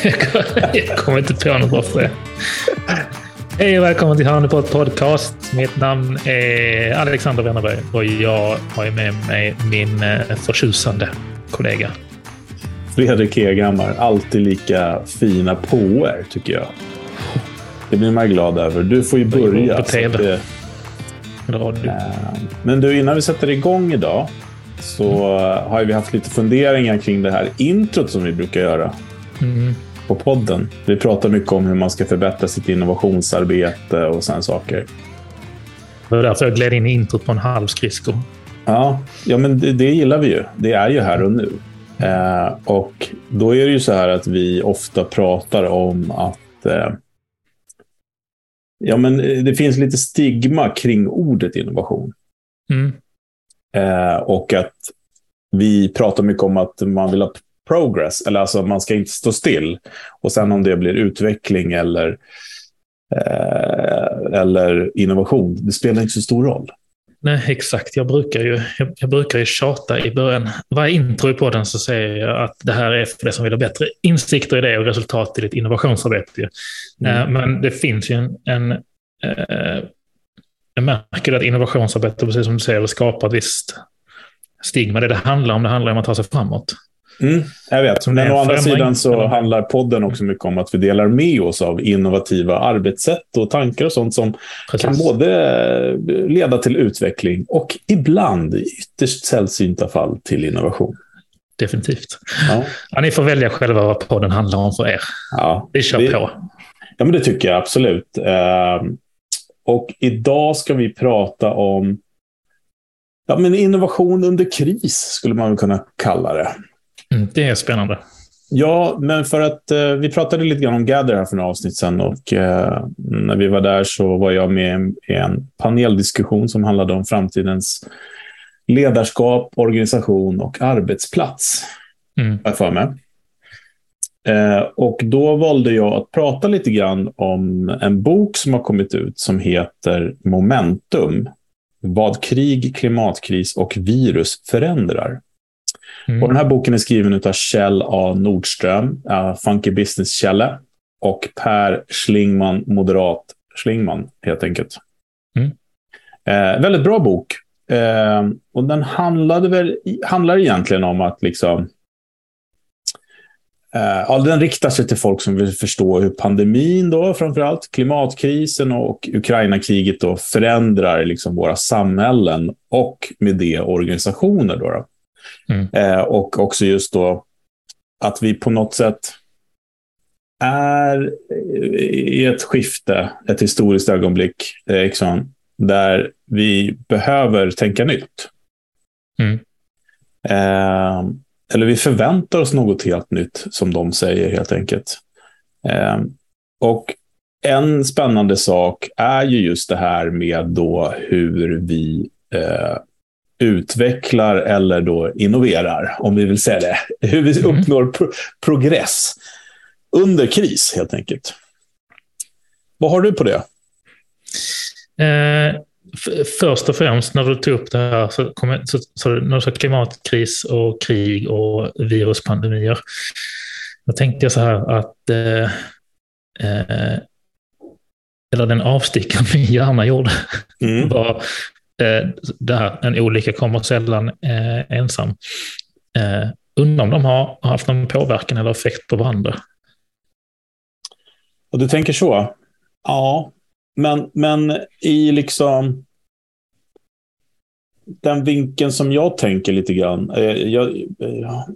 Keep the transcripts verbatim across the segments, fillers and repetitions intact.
Jag kommer inte på något bra för det. Hej och välkommen till Honeypot Podcast. Mitt namn är Alexander Wennerberg och jag har med mig min förtjusande kollega Fredrik Eghammar. Alltid lika fina påer tycker jag. Det blir man glad över. Du får ju börja. På T V. Det... Men du, innan vi sätter igång idag så har vi haft lite funderingar kring det här introt som vi brukar göra mm. på podden. Vi pratar mycket om hur man ska förbättra sitt innovationsarbete och sådana saker. Det var därför jag gled in i introt på en halv skridsko. Ja, ja men det, det gillar vi ju. Det är ju här och nu. Eh, och då är det ju så här att vi ofta pratar om att eh, ja, men det finns lite stigma kring ordet innovation. Mm. Eh, och att vi pratar mycket om att man vill ha progress, eller alltså man ska inte stå still. Och sen om det blir utveckling eller, eh, eller innovation, det spelar inte så stor roll. Nej, exakt. Jag brukar ju, jag, jag brukar ju tjata i början. Varje intro på den så säger jag att det här är för det som vill ha bättre insikter i det och resultat till ett innovationsarbete. Mm. Eh, men det finns ju en, en eh, jag märker att innovationsarbete, precis som du säger, skapar ett visst stigma. Det det handlar om, det handlar om att ta sig framåt. Mm, jag vet. Men å andra sidan så handlar podden också mycket om att vi delar med oss av innovativa arbetssätt och tankar och sånt som Precis. kan både leda till utveckling och ibland i ytterst sällsynta fall till innovation. Definitivt. Ja. Ja, ni får välja själva vad podden handlar om för er. Ja, vi kör vi, på. Ja, men det tycker jag absolut. Uh, och idag ska vi prata om ja, men innovation under kris skulle man väl kunna kalla det. Mm, det är spännande. Ja, men för att eh, vi pratade lite grann om Gather här för några avsnitt sedan och eh, när vi var där så var jag med i en paneldiskussion som handlade om framtidens ledarskap, organisation och arbetsplats. Mm. För mig. Eh, och då valde jag att prata lite grann om en bok som har kommit ut som heter Momentum. Vad krig, klimatkris och virus förändrar. Mm. Och den här boken är skriven av Kjell A. Nordström, uh, Funky Business-Kjelle, och Per Schlingmann, moderat Schlingmann helt enkelt. Mm. Eh, väldigt bra bok. Eh, och den handlade väl, handlar egentligen om att liksom eh, ja, den riktar sig till folk som vill förstå hur pandemin då, framförallt klimatkrisen och Ukraina-kriget då förändrar liksom våra samhällen och med det organisationer då. då. Mm. Eh, och också just då att vi på något sätt är i ett skifte, ett historiskt ögonblick eh, liksom, där vi behöver tänka nytt. Mm. Eh, eller vi förväntar oss något helt nytt, som de säger helt enkelt. Eh, och en spännande sak är ju just det här med då hur vi eh, utvecklar eller då innoverar, om vi vill säga det. Hur vi mm. uppnår pro- progress under kris, helt enkelt. Vad har du på det? Eh, f- först och främst, när du tog upp det här så, kom, så, så när du sa klimatkris och krig och viruspandemier, då tänkte jag så här att eh, eh, eller den avstickaren min hjärna gjorde mm. var det här, en olycka kommer sällan eh, ensam. Eh, undrar om de har haft någon påverkan eller effekt på varandra. Och du tänker så? Ja, men, men i liksom den vinkeln som jag tänker lite grann. Eh, jag, jag,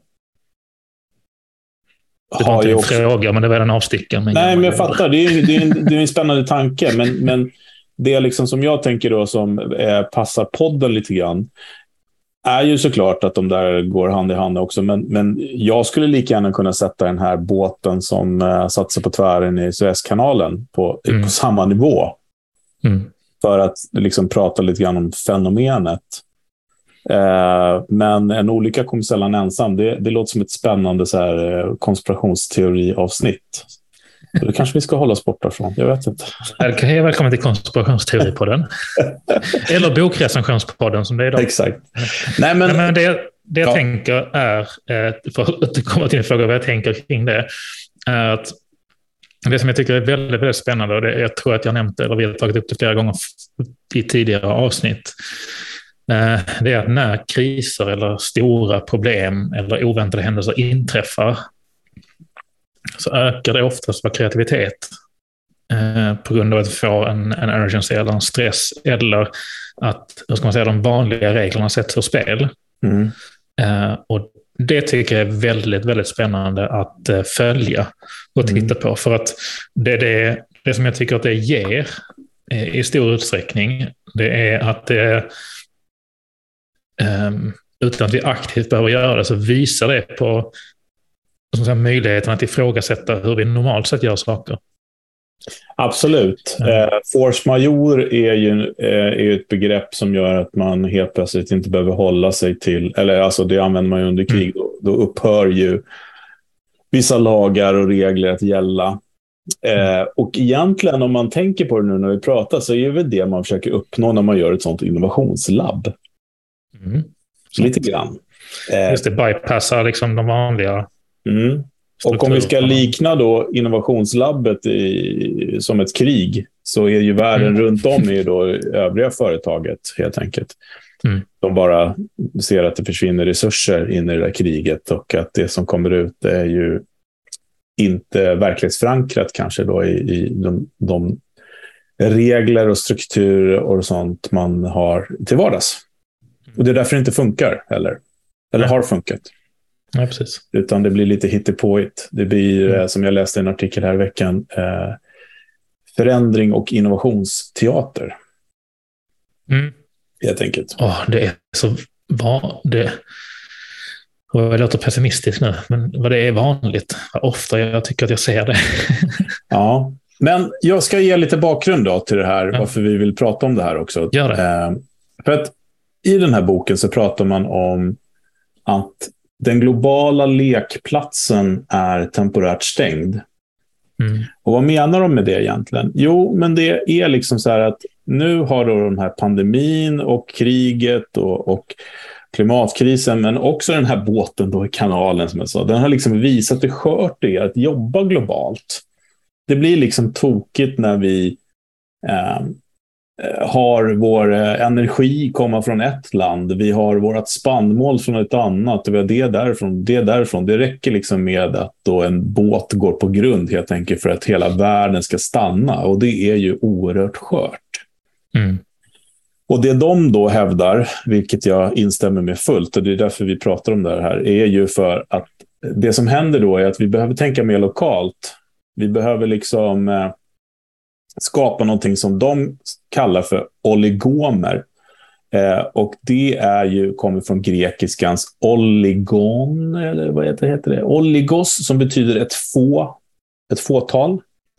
det var inte en också... fråga, men det var en avstickare. Nej, men jag fattar. Det är, det är, en, det är en spännande tanke, men, men det liksom som jag tänker då som eh, passar podden lite grann är ju såklart att de där går hand i hand också. Men, men jag skulle lika gärna kunna sätta den här båten som eh, satt sig på tvären i Suezkanalen på, mm. på samma nivå. Mm. För att liksom prata lite grann om fenomenet. Eh, men en olycka kommer sällan ensam. Det, det låter som ett spännande så här, eh, konspirationsteori-avsnitt. Det kanske vi ska hålla oss borta från. Jag vet inte. Hej, välkommen till konspirationsteoripodden. Eller bokrecensionspodden som det är idag. Exakt. Nej, men, Nej, men det, det jag ja. tänker är, för att komma till en fråga vad jag tänker kring det. är att det som jag tycker är väldigt, väldigt spännande, och det, jag tror att jag nämnt det, eller vi har tagit upp det flera gånger i tidigare avsnitt, det är att när kriser eller stora problem eller oväntade händelser inträffar så ökar det oftast vår kreativitet på grund av att vi får en, en emergency eller en stress, eller att, hur ska man säga, de vanliga reglerna sätts ur spel. Mm. Och det tycker jag är väldigt, väldigt spännande att följa och titta mm. på, för att det, det, det som jag tycker att det ger i stor utsträckning, det är att det Um, utan att vi aktivt behöver göra det, så visar det på som säga, möjligheten att ifrågasätta hur vi normalt sett gör saker. Absolut. Mm. Eh, force majeure är ju eh, är ett begrepp som gör att man helt plötsligt inte behöver hålla sig till, eller alltså det använder man ju under krig, mm. då, då upphör ju vissa lagar och regler att gälla. Eh, och egentligen, om man tänker på det nu när vi pratar, så är det väl det man försöker uppnå när man gör ett sånt innovationslabb. Mm. Lite grann. Eh, Just det, bypassar liksom de vanliga. Mm. Och om vi ska likna då innovationslabbet i, som ett krig, så är ju världen mm. runt om är då övriga företaget helt enkelt. Mm. De bara ser att det försvinner resurser in i det där kriget, och att det som kommer ut är ju inte verklighetsförankrat kanske då i, i de, de regler och strukturer och sånt man har till vardags. Och det är därför det inte funkar heller. Eller ja. har funkat. Ja, precis. Utan det blir lite hittepåigt. Det blir, mm. som jag läste i en artikel här i veckan, eh, förändring och innovationsteater. Mm. Helt enkelt. Oh, det är så va, det jag låter pessimistisk nu, men vad det är vanligt. Ofta jag tycker att jag ser det. Ja, men jag ska ge lite bakgrund då till det här, ja. varför vi vill prata om det här också. Gör det. Eh, för att i den här boken så pratar man om att den globala lekplatsen är temporärt stängd. Mm. Och vad menar de med det egentligen? Jo, men det är liksom så här att nu har då den här pandemin och kriget och, och klimatkrisen, men också den här båten då i kanalen som jag sa, den har liksom visat hur skört det är att jobba globalt. Det blir liksom tokigt när vi eh, har vår energi komma från ett land, vi har vårt spannmål från ett annat, och vi har det därifrån, det därifrån. Det räcker liksom med att då en båt går på grund helt enkelt för att hela världen ska stanna, och det är ju oerhört skört. Mm. Och det de då hävdar, vilket jag instämmer med fullt, och det är därför vi pratar om det här, är ju för att det som händer då är att vi behöver tänka mer lokalt. Vi behöver liksom eh, skapa någonting som de kallar för oligomer. Eh, och det är ju, kommer från grekiskans oligon, eller vad heter, heter det? Oligos, som betyder ett få, ett fåtal.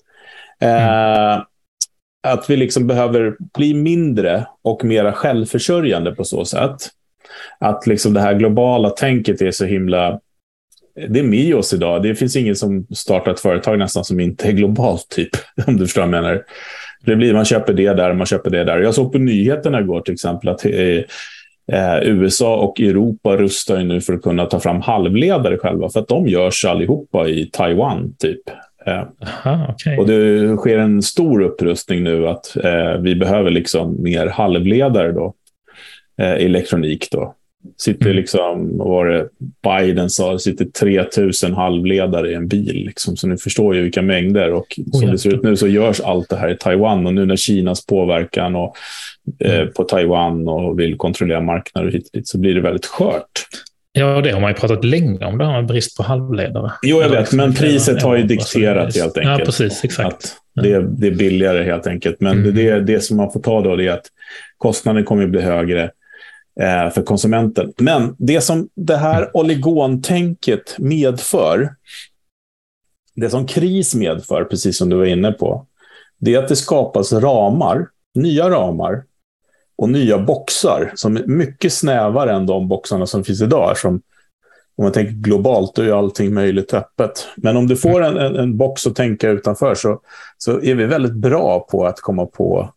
Eh, mm. Att vi liksom behöver bli mindre och mera självförsörjande på så sätt. Att liksom det här globala tänket är så himla... Det är med oss idag. Det finns ingen som startar ett företag nästan som inte är globalt, typ. Om du förstår vad jag menar. Det blir, man köper det där, man köper det där. Jag såg på nyheterna igår till exempel att eh, U S A och Europa rustar ju nu för att kunna ta fram halvledare själva. För att de görs allihopa i Taiwan, typ. Aha, okay. Och det sker en stor upprustning nu att eh, vi behöver liksom mer halvledare då, eh, elektronik då. Sitter mm. liksom, vad var det Biden sa, det sitter tre tusen halvledare i en bil liksom, så nu förstår ju vilka mängder, och som oh, det ser ut nu så görs allt det här i Taiwan, och nu när Kinas påverkan och, eh, mm. på Taiwan och vill kontrollera marknader hit och dit, så blir det väldigt skört. Ja, det har man ju pratat länge om, det har man brist på halvledare. Jo, jag vet, men priset har ju dikterat helt enkelt. Ja, precis, exakt. Att det, är, det är billigare helt enkelt, men mm. det, det som man får ta då är att kostnaden kommer att bli högre eh, för konsumenten. Men det som det här mm. oligontänket medför, det som kris medför, precis som du var inne på, det är att det skapas ramar, nya ramar, och nya boxar som är mycket snävare än de boxarna som finns idag. Som, om man tänker globalt, då är allting möjligt öppet. Men om du får en, en, en box att tänka utanför, så, så är vi väldigt bra på att komma på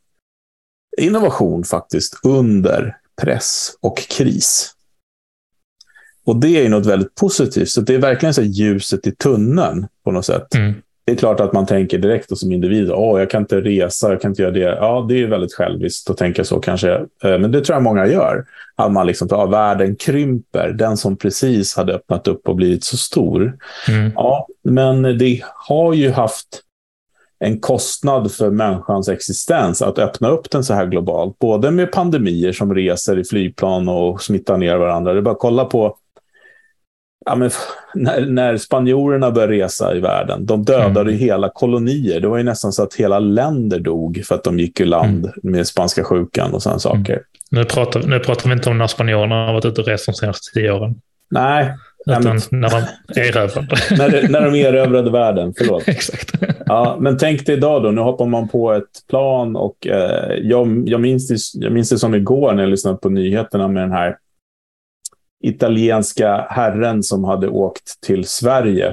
innovation faktiskt under press och kris. och det är ju något väldigt positivt. Så det är verkligen så ljuset i tunneln på något sätt. Mm. Det är klart att man tänker direkt och som individ, åh, jag kan inte resa, jag kan inte göra det. Ja, det är väldigt själviskt att tänka så kanske. Men det tror jag många gör. Att man liksom, ja, världen krymper. Den som precis hade öppnat upp och blivit så stor. Mm. Ja, men det har ju haft en kostnad för människans existens att öppna upp den så här globalt. Både med pandemier som reser i flygplan och smittar ner varandra. Det är bara att kolla på ja, men, när, när spanjorerna började resa i världen. De dödade mm. hela kolonier. Det var ju nästan så att hela länder dog för att de gick i land mm. med spanska sjukan och sådana saker. Mm. Nu, pratar, nu pratar vi inte om när spanjorerna har varit ute och rest de senaste tio åren. Nej. Utan men, när de erövrade. när, när de erövrade världen, förlåt. Exakt. Ja, men tänk dig idag då, nu hoppar man på ett plan och eh, jag, jag, minns det, jag minns det som igår när jag lyssnade på nyheterna med den här italienska herren som hade åkt till Sverige.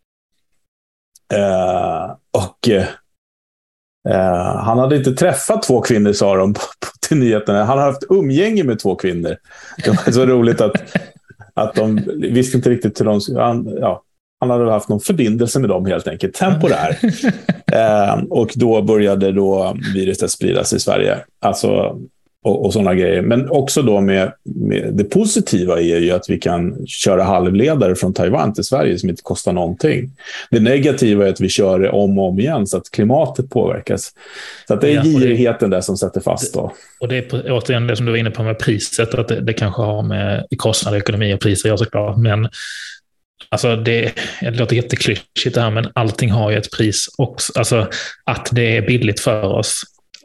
Eh, och eh, han hade inte träffat två kvinnor, sa de på, på, till nyheterna. Han hade haft umgänge med två kvinnor. Det var så roligt att att de visste inte riktigt hur de... Han, ja, han hade haft någon förbindelse med dem helt enkelt, temporär. eh, och då började då viruset spridas i Sverige. Alltså, och, och sådana grejer. Men också då med, med... Det positiva är ju att vi kan köra halvledare från Taiwan till Sverige som inte kostar någonting. Det negativa är att vi kör det om och om igen så att klimatet påverkas. Så att det är ja, girigheten där som sätter fast då. Och det är återigen det som du var inne på med priset, att det, det kanske har med kostnader, ekonomi och priser, jag såklart. Men alltså det, det låter jätteklyschigt det här, men allting har ju ett pris också. Alltså att det är billigt för oss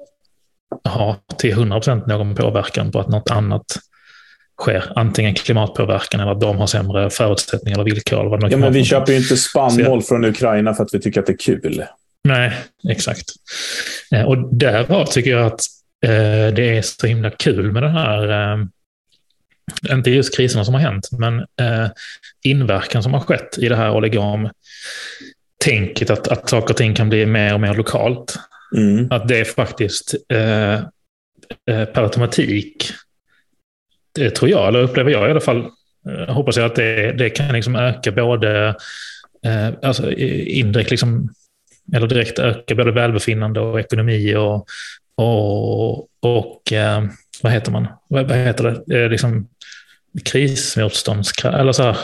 har till hundra procent någon påverkan på att något annat sker. Antingen klimatpåverkan eller att de har sämre förutsättningar eller villkor. Eller vad ja, men vi köper ju inte spannmål från Ukraina för att vi tycker att det är kul. Nej, exakt. Och därav tycker jag att eh, det är så himla kul med den här, eh, inte just kriserna som har hänt, men eh, inverkan som har skett i det här oligom-tänket att, att saker och ting kan bli mer och mer lokalt. Mm. Att det är faktiskt eh, eh, per automatik, det tror jag, eller upplever jag i alla fall, eh, hoppas jag att det, det kan liksom öka både eh, alltså indirekt liksom, eller direkt öka både välbefinnande och ekonomi och, och, och eh, vad heter man? Vad, vad heter det? Eh, liksom krismotståndskraft, eller så här,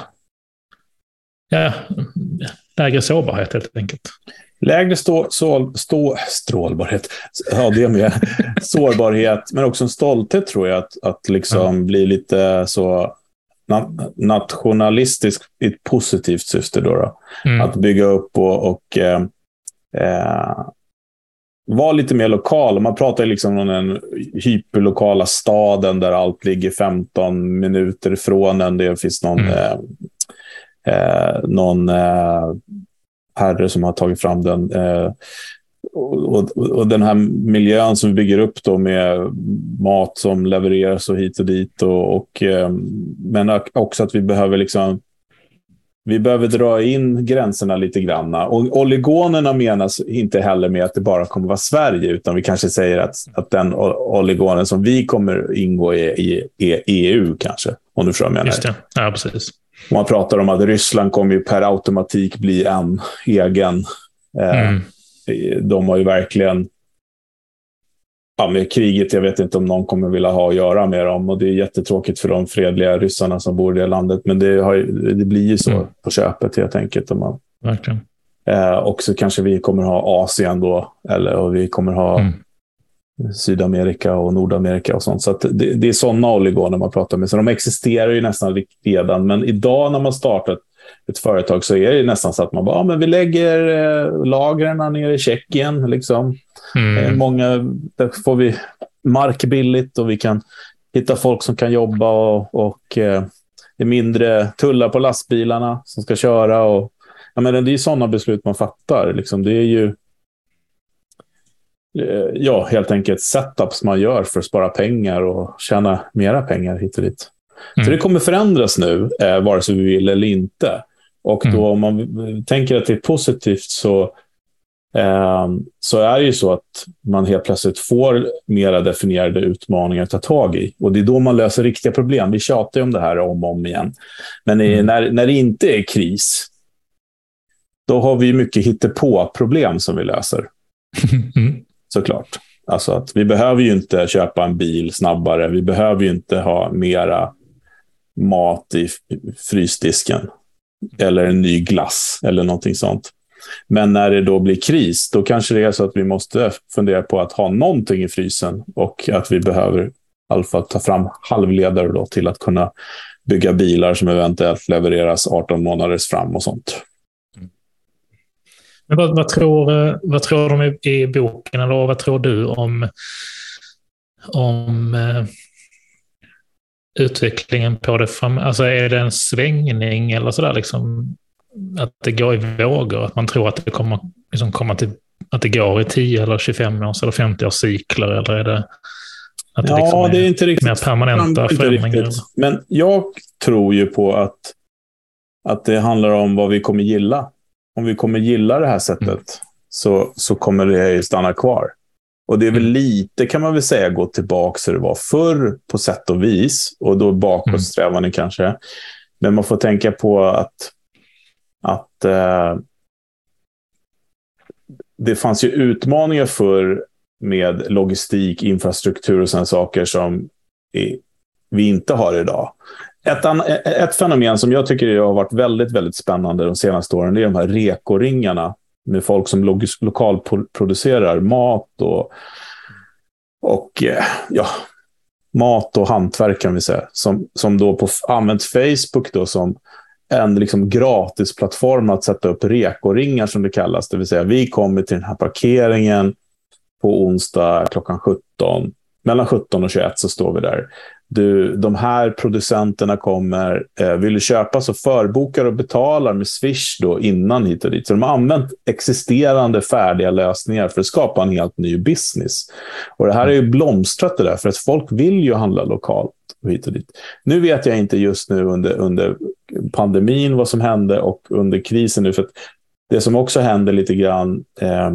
ja, lägre sårbarhet helt enkelt. Lägre stå, så, stå, strålbarhet, ja det med sårbarhet, men också en stolthet tror jag att, att liksom mm. bli lite så na- nationalistisk i ett positivt syfte då. då. Mm. Att bygga upp och, och eh, eh, vara lite mer lokal. Man pratar liksom om den hyperlokala staden där allt ligger femton minuter ifrån en. Det finns någon, mm. eh, eh, någon eh, herre som har tagit fram den. Eh, och, och, och den här miljön som vi bygger upp då med mat som levereras och hit och dit. Och, och, eh, men också att vi behöver liksom vi behöver dra in gränserna lite grann. Och oligonerna menas inte heller med att det bara kommer vara Sverige, utan vi kanske säger att, att den oligonen som vi kommer ingå i är E U kanske. Om du förstår vad jag menar. Just det, ja precis. Man pratar om att Ryssland kommer ju per automatik bli en egen. Mm. De har ju verkligen ja, med kriget, jag vet inte om någon kommer vilja ha att göra med dem, och det är jättetråkigt för de fredliga ryssarna som bor i det landet, men det, har, det blir ju så mm. på köpet helt enkelt. Om man, verkligen. Eh, och så kanske vi kommer ha Asien då, eller och vi kommer ha mm. Sydamerika och Nordamerika och sånt. Så att det, det är sådana oligoner man pratar med. Så de existerar ju nästan redan, men idag när man startat ett företag så är det nästan så att man bara, ja, men vi lägger eh, lagren ner i Tjeckien liksom. Mm. Eh, många, där får vi mark billigt och vi kan hitta folk som kan jobba och, och eh, det är mindre tullar på lastbilarna som ska köra och ja, men det är sådana beslut man fattar liksom. Det är ju eh, ja, helt enkelt setups man gör för att spara pengar och tjäna mera pengar hit och dit. Mm. Så det kommer förändras nu, eh, vare sig vi vill eller inte. Och då mm. om man tänker att det är positivt så eh, så är det ju så att man helt plötsligt får mera definierade utmaningar att ta tag i. Och det är då man löser riktiga problem. Vi tjatar ju om det här om och om igen. Men mm. när, när det inte är kris, då har vi mycket hittepå-problem som vi löser. Mm. Såklart. Alltså att vi behöver ju inte köpa en bil snabbare. Vi behöver ju inte ha mera mat i frysdisken. Eller en ny glass eller någonting sånt. Men när det då blir kris, då kanske det är så att vi måste fundera på att ha någonting i frysen. Och att vi behöver i alla fall ta fram halvledare då till att kunna bygga bilar som eventuellt levereras arton månaders fram och sånt. Men vad, vad, tror, vad tror de i, i boken, eller vad tror du om, om eh, utvecklingen på det fram? Alltså är det en svängning eller sådär liksom, att det går i vågor, att man tror att det kommer liksom komma till, att det går i tio eller tjugofem års eller femtio års cykler, eller är det att det ja, liksom är, det är inte riktigt mer permanenta förändringar? Men jag tror ju på att, att det handlar om vad vi kommer gilla. Om vi kommer gilla det här sättet mm. så, så kommer det stanna kvar. Och det är väl mm. lite, kan man väl säga, gå tillbaka så det var förr på sätt och vis. Och då bakåtsträvande mm. kanske. Men man får tänka på att, att eh, det fanns ju utmaningar för med logistik, infrastruktur och sådana saker som är, vi inte har idag. Ett, an, ett fenomen som jag tycker har varit väldigt, väldigt spännande de senaste åren, det är de här rekoringarna med folk som lo- lokalproducerar mat och, och ja, mat och hantverk kan vi säga, som, som då på, använt Facebook då som en liksom gratis plattform att sätta upp rekoringar som det kallas. Det vill säga vi kommer till den här parkeringen på onsdag klockan sjutton. Mellan sjutton och tjugoett så står vi där. Du, de här producenterna kommer, eh, vill du köpa så förbokar och betalar med Swish då innan hit och dit. Så de har använt existerande färdiga lösningar för att skapa en helt ny business. Och det här är ju blomstrat det där, för att folk vill ju handla lokalt och hit och dit. Nu vet jag inte just nu under, under pandemin vad som hände och under krisen nu, för att det som också händer lite grann eh,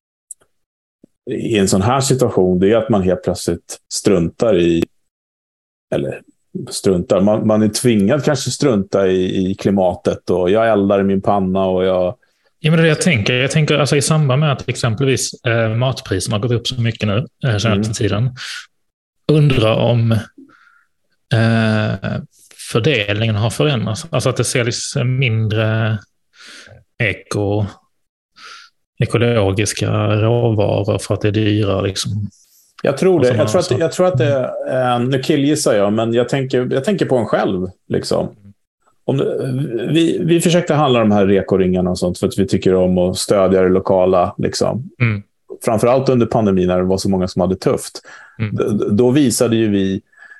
i en sån här situation, det är att man helt plötsligt struntar i, eller struntar, man, man är tvingad kanske strunta i, i klimatet, och jag eldar i min panna och jag... Ja, men det är det jag tänker. Jag tänker alltså i samband med att exempelvis eh, matpriserna har gått upp så mycket nu eh, senaste mm. tiden. Undrar om eh, fördelningen har förändrats. Alltså att det säljs mindre eko ekologiska råvaror för att det är dyrare liksom. Jag tror det. Jag tror att, jag tror att det är, nu killgissar jag, men jag tänker, jag tänker på en själv liksom. Om det, vi, vi försökte handla de här rekoringarna och sånt för att vi tycker om att stödja det lokala liksom. Mm. Framförallt under pandemin när det var så många som hade tufft. Mm. Då, då visade ju vi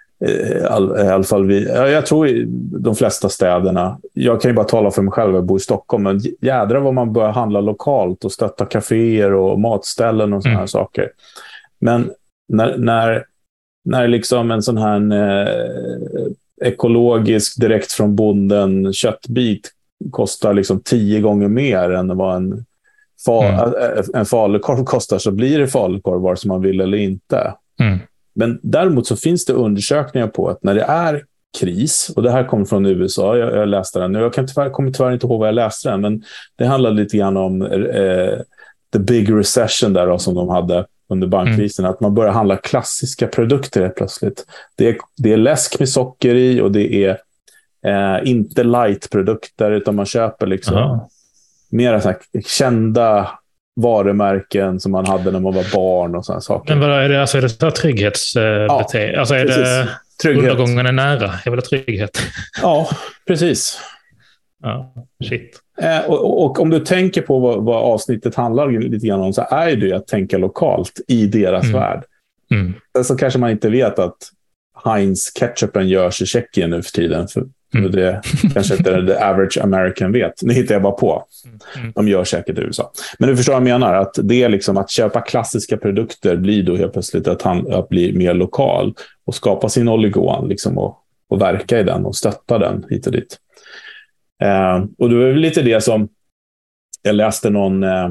i all, i alla fall vi, jag tror i de flesta städerna, jag kan ju bara tala för mig själv, jag bor i Stockholm, men jädra vad man börjar handla lokalt och stötta kaféer och matställen och såna här mm. saker. Men när, när, när liksom en sån här eh, ekologisk direkt från bonden köttbit kostar liksom tio gånger mer än vad en, fa, mm. en falukorv kostar, så blir det falukorv vare som man vill eller inte. Mm. Men däremot så finns det undersökningar på att när det är kris, och det här kommer från U S A, jag, jag läste den nu, jag kan tyvärr, kommer tyvärr inte ihåg vad jag läste den, men det handlar lite grann om eh, the big recession där då, som de hade under bankkrisen, mm. att man börjar handla klassiska produkter helt plötsligt. Det är, det är läsk med socker i, och det är eh, inte light-produkter, utan man köper liksom Aha. mer så här, kända varumärken som man hade när man var barn och sådana saker. Men vad är det, alltså är det så trygghetsbeteende? Ja, alltså är precis. Det trygghet. Undergången är nära? Är väl trygghet? Ja, precis. Ja, shit. Eh, och, och, och om du tänker på vad, vad avsnittet handlar lite grann om, så är det ju att tänka lokalt i deras mm. värld. Mm. Så kanske man inte vet att Heinz ketchupen görs i Tjeckien nu för tiden, för mm. det kanske inte the average American vet. Nu hittar jag bara på. Mm. De gör säkert i U S A. Men du förstår vad jag menar, att det är liksom att köpa klassiska produkter blir då helt plötsligt att, han, att bli mer lokal och skapa sin oligon liksom, och, och verka i den och stötta den hit och dit. Eh, och det är lite det som jag läste någon eh,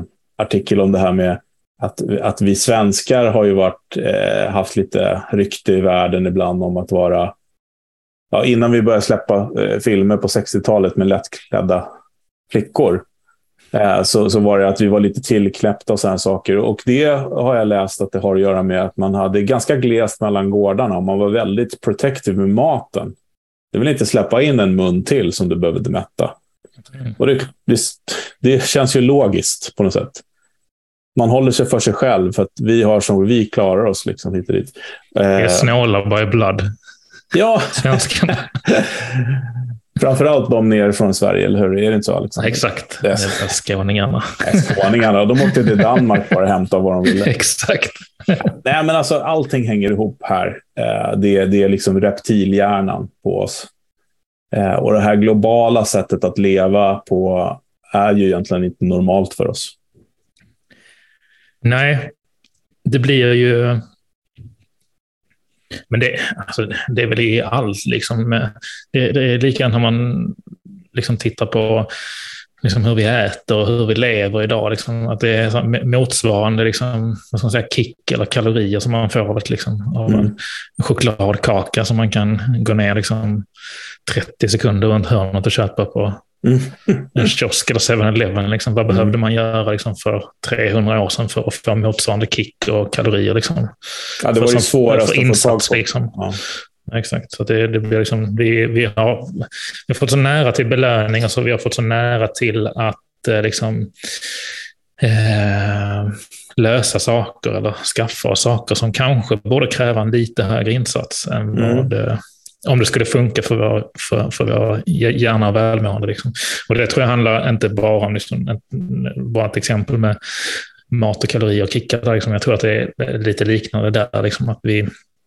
artikel om det här med att, att vi svenskar har ju varit, eh, haft lite rykte i världen ibland om att vara, ja, innan vi började släppa eh, filmer på sextiotalet med lättklädda flickor, eh, så, så var det att vi var lite tillkläppta och sådana saker. Och det har jag läst att det har att göra med att man hade ganska glest mellan gårdarna och man var väldigt protective med maten. Du vill inte släppa in en mun till som du behövde mätta. Mm. Och det, det, det känns ju logiskt på något sätt. Man håller sig för sig själv för att vi har som vi klarar oss liksom hit och dit. Det är snåla by blood. Ja. Svenskarna. Framförallt de ner från Sverige, eller hur? Är det inte så, Alexander? Exakt. Det är skåningarna. Skåningarna. De åkte till Danmark bara hämta vad de ville. Exakt. Nej, men alltså allting hänger ihop här. Det är, det är liksom reptilhjärnan på oss. Och det här globala sättet att leva på är ju egentligen inte normalt för oss. Nej, det blir ju... Men det, alltså, det är väl i allt. Liksom. Det, det är likadant när man liksom tittar på liksom, hur vi äter och hur vi lever idag. Liksom. Att det är så, motsvarande liksom, vad ska man säga, kick eller kalorier som man får av, ett, liksom, av mm. en chokladkaka som man kan gå ner liksom, trettio sekunder runt hörnet och köpa på mm. en kiosk eller seven eleven. Liksom. Vad mm. behövde man göra liksom, för trehundra år sedan för att få motsvarande kick och kalorier? Liksom, ja, det var ju svårast att få insats. Liksom. Ja. Exakt, så det, det blir liksom, vi, vi, har, vi har fått så nära till belöning, alltså vi har fått så nära till att liksom, eh, lösa saker eller skaffa saker som kanske borde kräva en lite högre insats än mm. vad, om det skulle funka för vår, för, för vår hjärna och välmående. Liksom. Och det tror jag handlar inte bara om liksom, ett, bara ett exempel med mat och kalorier och kickar. Liksom. Jag tror att det är lite liknande där, liksom, att vi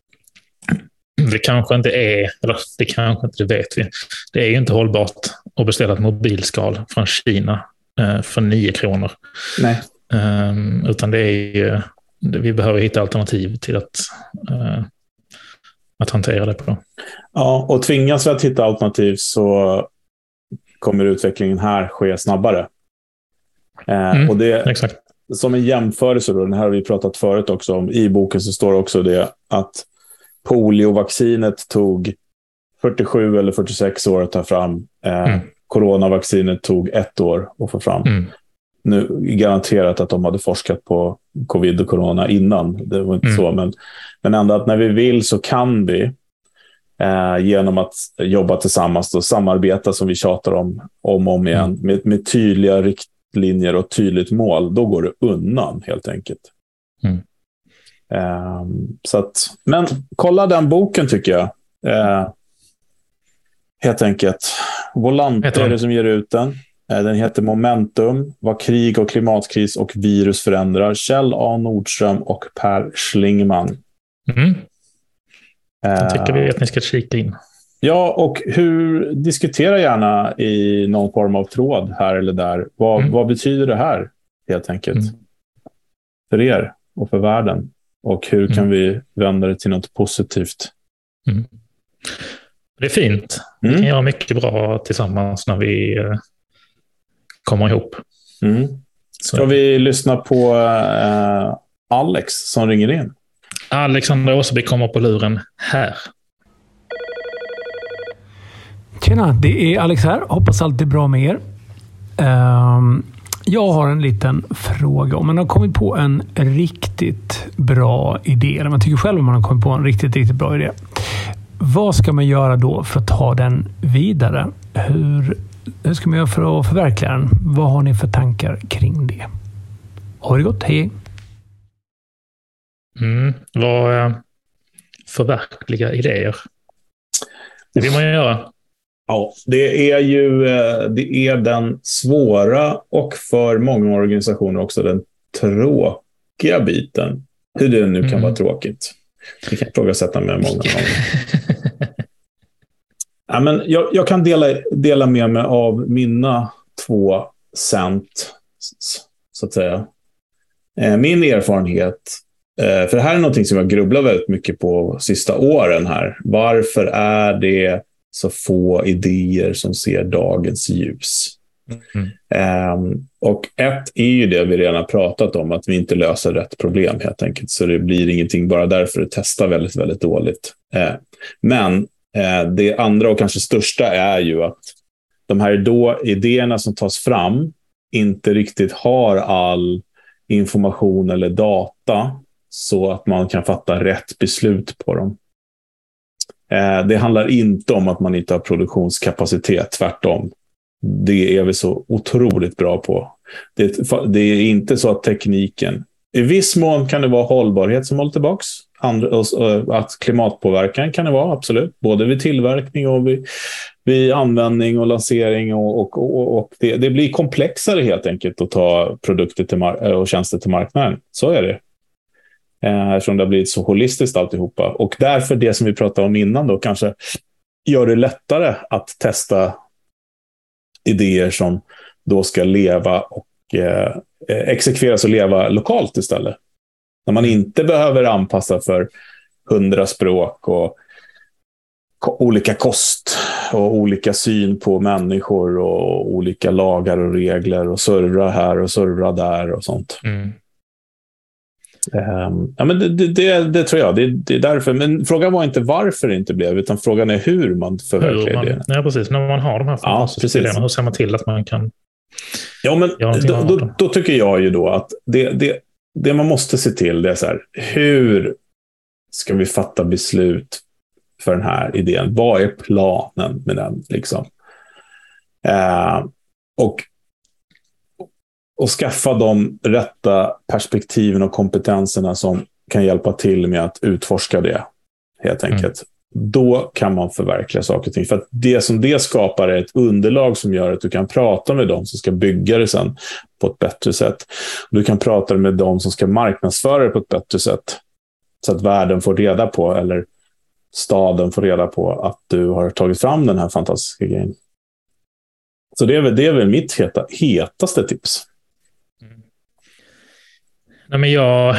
Det kanske inte är, eller det kanske inte, det vet vi. Det är ju inte hållbart att beställa ett mobilskal från Kina eh, för nio kronor. Nej. Um, utan det är ju, vi behöver hitta alternativ till att, uh, att hantera det på. Ja, och tvingas vi att hitta alternativ så kommer utvecklingen här ske snabbare. Eh, mm, och det, exakt. Som en jämförelse då, den här har vi pratat förut också om, i boken så står också det att poliovaccinet tog fyrtiosju eller fyrtiosex år att ta fram. Eh, mm. Coronavaccinet tog ett år att få fram. Mm. Nu garanterat att de hade forskat på covid och corona innan. Det var inte mm. så, men, men ändå att när vi vill så kan vi eh, genom att jobba tillsammans och samarbeta som vi tjatar om om och om igen mm. med, med tydliga riktlinjer och tydligt mål, då går det undan helt enkelt. Mm. Um, så att, men kolla den boken tycker jag. Uh, helt enkelt. Volante är det som ger ut den. Uh, den heter Momentum, vad krig och klimatkris och virus förändrar. Kjell A. Nordström och Per Schlingmann. Mm. Jag tycker vi att ni ska kika in. Ja, och hur, diskutera gärna i någon form av tråd här eller där. Vad, mm. vad betyder det här helt enkelt? Mm. För er och för världen. Och hur kan mm. vi vända det till något positivt? Mm. Det är fint. Vi mm. kan göra mycket bra tillsammans när vi eh, kommer ihop. Mm. Ska Så. vi lyssna på eh, Alex som ringer in? Alexander Åseby kommer på luren här. Tjena, det är Alex här. Hoppas allt är bra med er. Um... Jag har en liten fråga. Om man har kommit på en riktigt bra idé, eller man tycker själv om man har kommit på en riktigt, riktigt bra idé. Vad ska man göra då för att ta den vidare? Hur, hur ska man göra för att förverkliga den? Vad har ni för tankar kring det? Ha det gott, hej! Mm, vad förverkliga idéer? Det vill man ju göra. Ja, det är ju det är den svåra och för många organisationer också den tråkiga biten. Hur det nu kan mm. vara tråkigt. Det kan jag ifrågasätta med många gånger. Ja, men jag, jag kan dela, dela med mig av mina två cent, så att säga. Min erfarenhet, för det här är någonting som jag grubblar väldigt mycket på sista åren här. Varför är det så få idéer som ser dagens ljus? Mm. Um, och ett är ju det vi redan har pratat om, att vi inte löser rätt problem helt enkelt. Så det blir ingenting bara därför att testa väldigt, väldigt dåligt. Uh, men uh, det andra och kanske största är ju att de här då idéerna som tas fram inte riktigt har all information eller data så att man kan fatta rätt beslut på dem. Uh, det handlar inte om att man inte har produktionskapacitet, tvärtom. Det är vi så otroligt bra på. Det, det är inte så att tekniken... I viss mån kan det vara hållbarhet som håller tillbaks. Andra, och, att klimatpåverkan kan det vara, absolut. Både vid tillverkning och vid, vid användning och lansering. Och, och, och, och det, det blir komplexare helt enkelt att ta produkter till mar- och tjänster till marknaden. Så är det. Eftersom det har blivit så holistiskt alltihopa. Och därför det som vi pratade om innan då kanske gör det lättare att testa idéer som då ska leva och eh, exekveras och leva lokalt istället. När man inte behöver anpassa för hundra språk och ko- olika kost och olika syn på människor och olika lagar och regler och servra här och servra där och sånt. Mm. Um, ja, men det, det, det, det tror jag. Det, det är därför. Men frågan var inte varför det inte blev, utan frågan är hur man förverkligar hur man, det. Ja, precis. När man har de här fantastiska idéerna, hur ser man till att man kan... Ja, men då, då, då tycker jag ju då att det, det, det man måste se till, det är så här, hur ska vi fatta beslut för den här idén? Vad är planen med den? Liksom? Uh, och och skaffa de rätta perspektiven och kompetenserna som kan hjälpa till med att utforska det, helt enkelt. Mm. Då kan man förverkliga saker och ting. För att det som det skapar är ett underlag som gör att du kan prata med dem som ska bygga det sen på ett bättre sätt. Du kan prata med dem som ska marknadsföra det på ett bättre sätt. Så att världen får reda på, eller staden får reda på, att du har tagit fram den här fantastiska grejen. Så det är väl, det är väl mitt heta, hetaste tips. Nej, men jag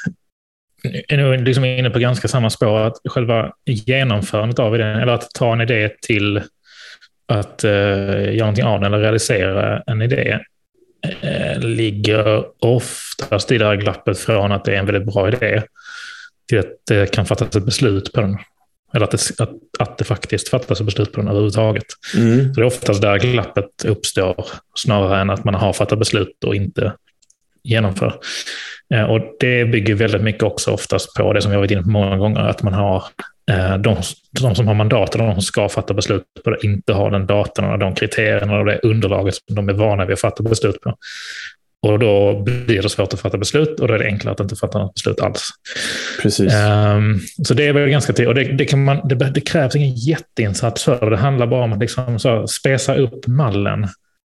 är nog liksom inne på ganska samma spår, att själva genomförandet av idén, eller att ta en idé till att uh, göra någonting av den eller realisera en idé, uh, ligger oftast i det här glappet från att det är en väldigt bra idé till att det kan fattas ett beslut på den. Eller att det, att, att det faktiskt fattas ett beslut på den överhuvudtaget. Mm. Så det är oftast där glappet uppstår, snarare än att man har fattat beslut och inte genomför. Och det bygger väldigt mycket också oftast på det som jag varit inne på många gånger, att man har eh, de, de som har mandat och de som ska fatta beslut på det inte har den datan och de kriterierna och det underlaget som de är vana vid att fatta beslut på. Och då blir det svårt att fatta beslut, och då är det enklare att inte fatta något beslut alls. Precis. Um, så det är väl ganska till, och det, det, kan man, det, det krävs ingen jätteinsats för. Det handlar bara om att liksom så spesa upp mallen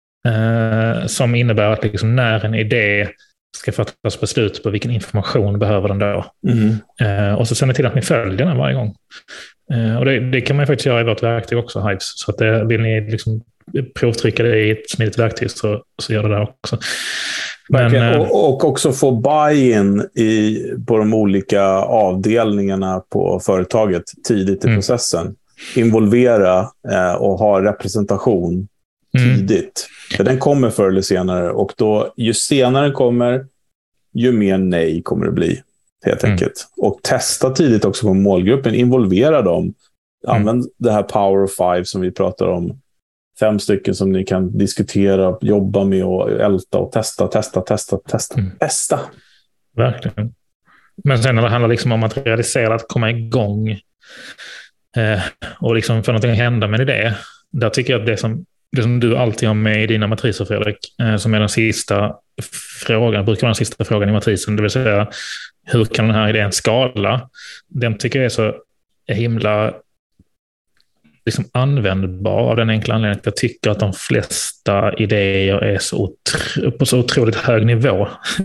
uh, som innebär att liksom när en idé ska fattas beslut på, vilken information behöver den då. Mm. Uh, och så ser ni till att ni följer den varje gång. Uh, och det, det kan man faktiskt göra i vårt verktyg också, Hives. Så att det, vill ni liksom provtrycka det i ett smidigt verktyg, så, så gör det där också. Men, uh, och, och också få buy-in i, på de olika avdelningarna på företaget tidigt i mm. processen. Involvera uh, och ha representation mm. tidigt. För den kommer förr eller senare, och då, ju senare den kommer, ju mer nej kommer det bli, helt enkelt. Mm. Och testa tidigt också på målgruppen, involvera dem. Använd mm. det här Power of Five som vi pratar om. Fem stycken som ni kan diskutera, jobba med och älta och testa, testa, testa, testa, mm. testa. Verkligen. Men sen när det handlar liksom om att realisera, att komma igång eh, och liksom få någonting att hända med det, där tycker jag att det som Det som du alltid har med i dina matriser, Fredrik, som är den sista frågan, brukar vara den sista frågan i matrisen, det vill säga hur kan den här idén skala? Den tycker jag är så himla liksom användbar av den enkla anledningen att jag tycker att de flesta idéer är så otro, på så otroligt hög nivå.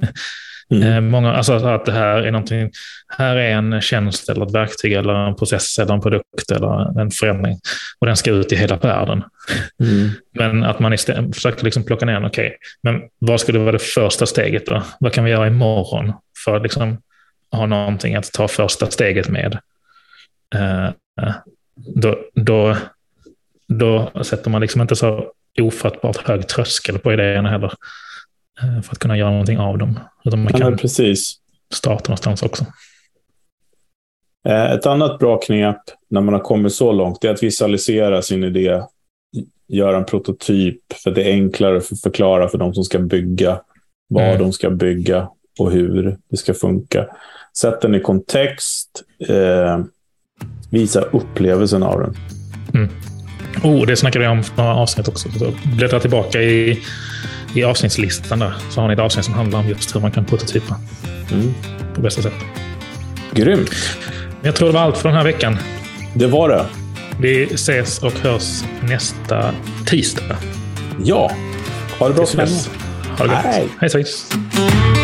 Mm. Många, alltså att det här är någonting, här är en tjänst eller ett verktyg eller en process eller en produkt eller en förändring, och den ska ut i hela världen. Mm. Men att man istället försöker liksom plocka ner den, okej, okay, men vad skulle vara det första steget då? Vad kan vi göra imorgon för att liksom ha någonting att ta första steget med? Uh, då, då, då sätter man liksom inte så ofattbart hög tröskel på idéerna heller. För att kunna göra någonting av dem. Utan man kan ja, precis. starta någonstans också. Ett annat bra knep när man har kommit så långt är att visualisera sin idé. Göra en prototyp, för det är enklare för att förklara för de som ska bygga vad mm. de ska bygga och hur det ska funka. Sätt den i kontext. Eh, visa upplevelsen av den. Mm. Oh, det snackade jag om några avsnitt också. Så bläddra tillbaka i, i avsnittslistan där. Så har ni ett avsnitt som handlar om just hur man kan prototypa mm. på bästa sätt. Grymt. Jag tror det var allt för den här veckan. Det var det. Vi ses och hörs nästa tisdag. Ja. Ha det bra så länge. Ha det gott. Hej. Hej, hej.